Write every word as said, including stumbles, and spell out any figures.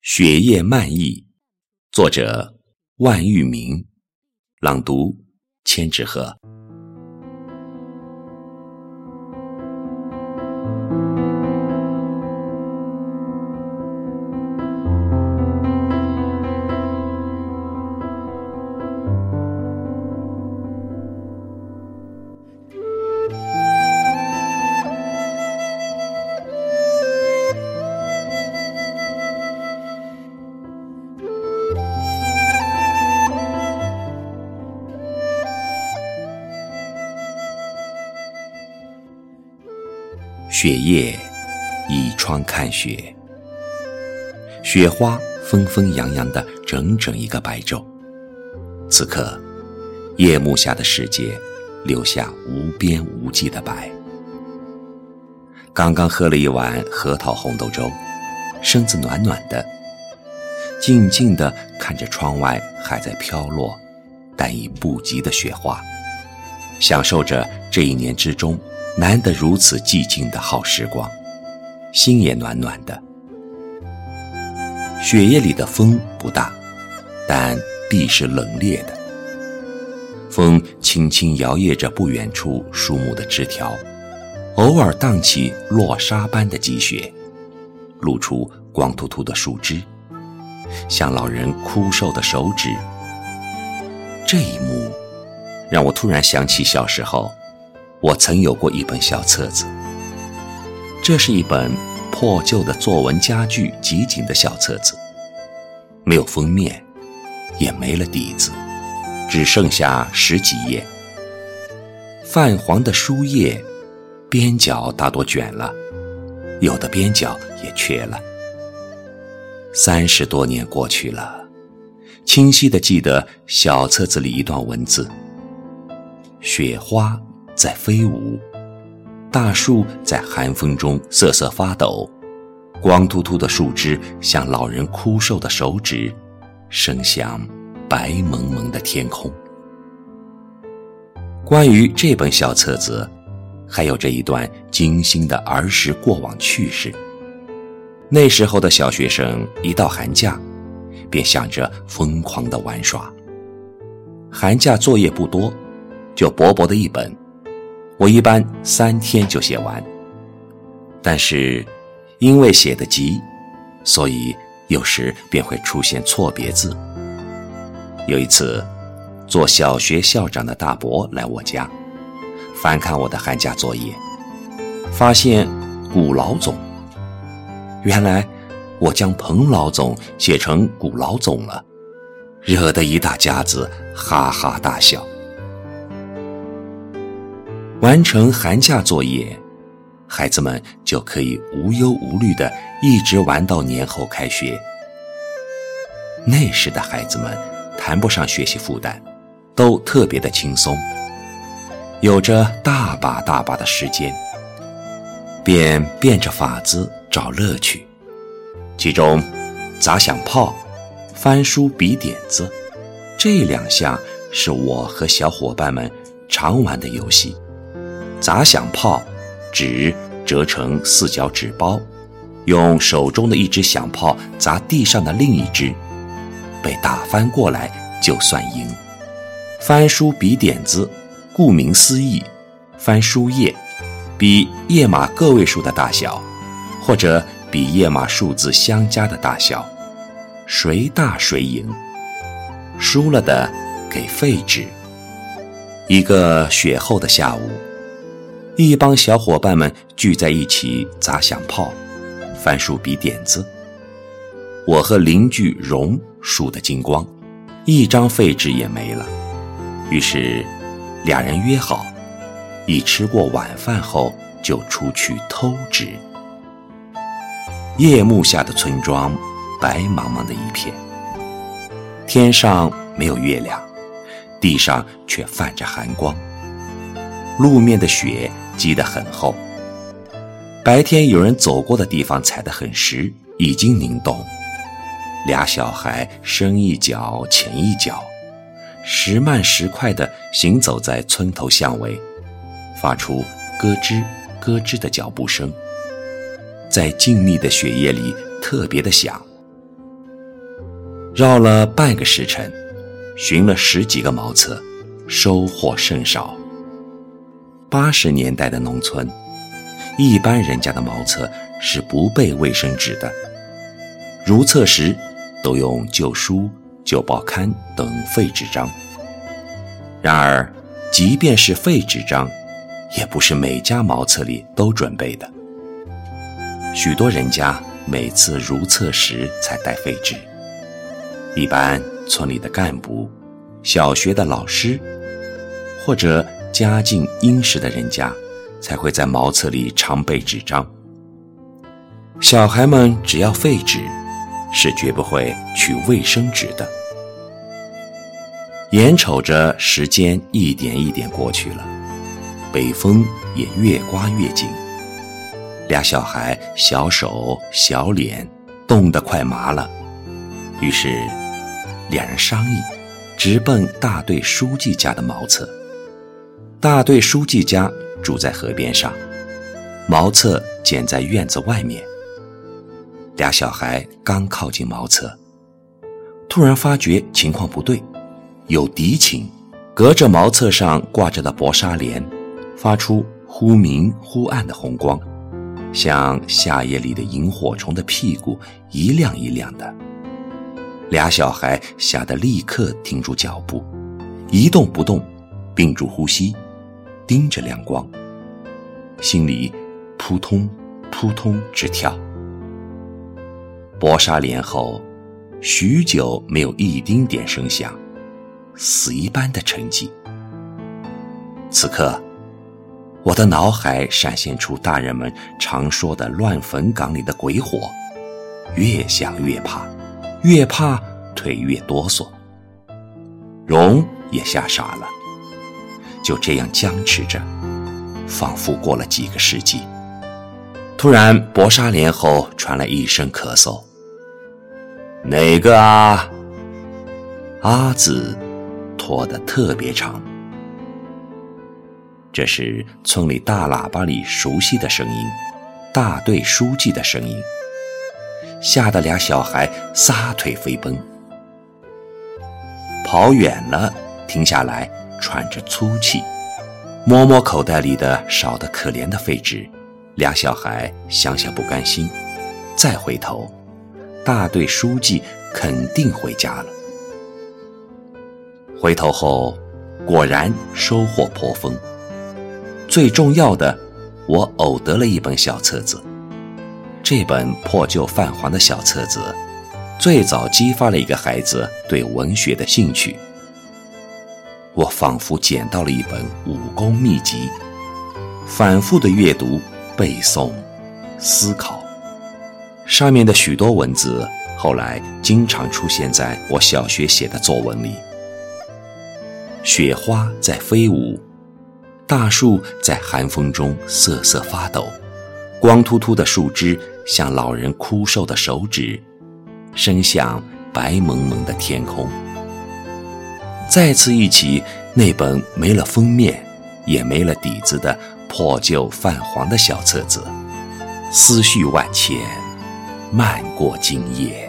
雪夜漫忆，作者万玉明，朗读千纸鹤。雪夜倚窗看雪，雪花纷纷扬扬的整整一个白昼。此刻夜幕下的世界留下无边无际的白。刚刚喝了一碗核桃红豆粥，身子暖暖的，静静地看着窗外还在飘落但已不及的雪花，享受着这一年之中难得如此寂静的好时光，心也暖暖的。雪夜里的风不大，但必是冷冽的。风轻轻摇曳着不远处树木的枝条，偶尔荡起落沙般的积雪，露出光秃秃的树枝，像老人枯瘦的手指。这一幕让我突然想起小时候我曾有过一本小册子，这是一本破旧的作文家具集锦的小册子，没有封面，也没了底子，只剩下十几页。泛黄的书页，边角大多卷了，有的边角也缺了。三十多年过去了，清晰地记得小册子里一段文字：雪花在飞舞，大树在寒风中瑟瑟发抖，光秃秃的树枝像老人枯瘦的手指，伸向白蒙蒙的天空。关于这本小册子，还有着一段惊心的儿时过往趣事。那时候的小学生一到寒假便想着疯狂地玩耍，寒假作业不多，就薄薄的一本，我一般三天就写完，但是因为写得急，所以有时便会出现错别字。有一次，做小学校长的大伯来我家，翻看我的寒假作业，发现古老总，原来我将彭老总写成古老总了，惹得一大家子哈哈大笑。完成寒假作业，孩子们就可以无忧无虑地一直玩到年后开学。那时的孩子们谈不上学习负担，都特别的轻松，有着大把大把的时间，便变着法子找乐趣。其中砸响炮、翻书比点子，这两项是我和小伙伴们常玩的游戏。砸响炮，纸折成四角纸包，用手中的一只响炮砸地上的另一只，被打翻过来就算赢。翻书比点子，顾名思义，翻书页，比页码个位数的大小，或者比页码数字相加的大小，谁大谁赢。输了的给废纸。一个雪后的下午，一帮小伙伴们聚在一起砸响炮，翻书比点子。我和邻居荣输得精光，一张废纸也没了。于是俩人约好，一吃过晚饭后就出去偷纸。夜幕下的村庄白茫茫的一片，天上没有月亮，地上却泛着寒光，路面的雪积得很厚，白天有人走过的地方踩得很实，已经凝冻。俩小孩深一脚浅一脚，时慢时快地行走在村头巷尾，发出咯吱咯吱的脚步声，在静谧的雪夜里特别的响， 绕了半个时辰，寻了十几个茅厕，收获甚少。八十年代的农村，一般人家的茅厕是不备卫生纸的，如厕时都用旧书、旧报刊等废纸张。然而即便是废纸张，也不是每家茅厕里都准备的，许多人家每次如厕时才带废纸。一般村里的干部、小学的老师，或者家境殷实的人家，才会在茅厕里常备纸张。小孩们只要废纸，是绝不会取卫生纸的。眼瞅着时间一点一点过去了，北风也越刮越紧，俩小孩小手小脸冻得快麻了。于是两人商议，直奔大队书记家的茅厕。大队书记家住在河边上，茅厕建在院子外面。俩小孩刚靠近茅厕，突然发觉情况不对，有敌情。隔着茅厕上挂着的薄纱帘发出忽明忽暗的红光，像夏夜里的萤火虫的屁股，一亮一亮的。俩小孩吓得立刻停住脚步，一动不动，屏住呼吸，盯着亮光，心里扑通扑通直跳。薄纱帘后许久没有一丁点声响，死一般的沉寂。此刻我的脑海闪现出大人们常说的乱坟岗里的鬼火，越想越怕，越怕腿越哆嗦。荣也吓傻了，就这样僵持着，仿佛过了几个世纪。突然薄纱帘后传来一声咳嗽，哪个啊？啊字拖得特别长。这是村里大喇叭里熟悉的声音，大队书记的声音，吓得俩小孩撒腿飞奔。跑远了，停下来喘着粗气，摸摸口袋里的少得可怜的废纸，俩小孩想想不甘心，再回头，大队书记肯定回家了。回头后果然收获颇丰，最重要的，我偶得了一本小册子。这本破旧泛黄的小册子最早激发了一个孩子对文学的兴趣。我仿佛捡到了一本武功秘籍，反复的阅读、背诵、思考。上面的许多文字后来经常出现在我小学写的作文里。雪花在飞舞，大树在寒风中瑟瑟发抖，光秃秃的树枝像老人枯瘦的手指，伸向白蒙蒙的天空。再次忆起那本没了封面也没了底子的破旧泛黄的小册子，思绪万千，漫过今夜。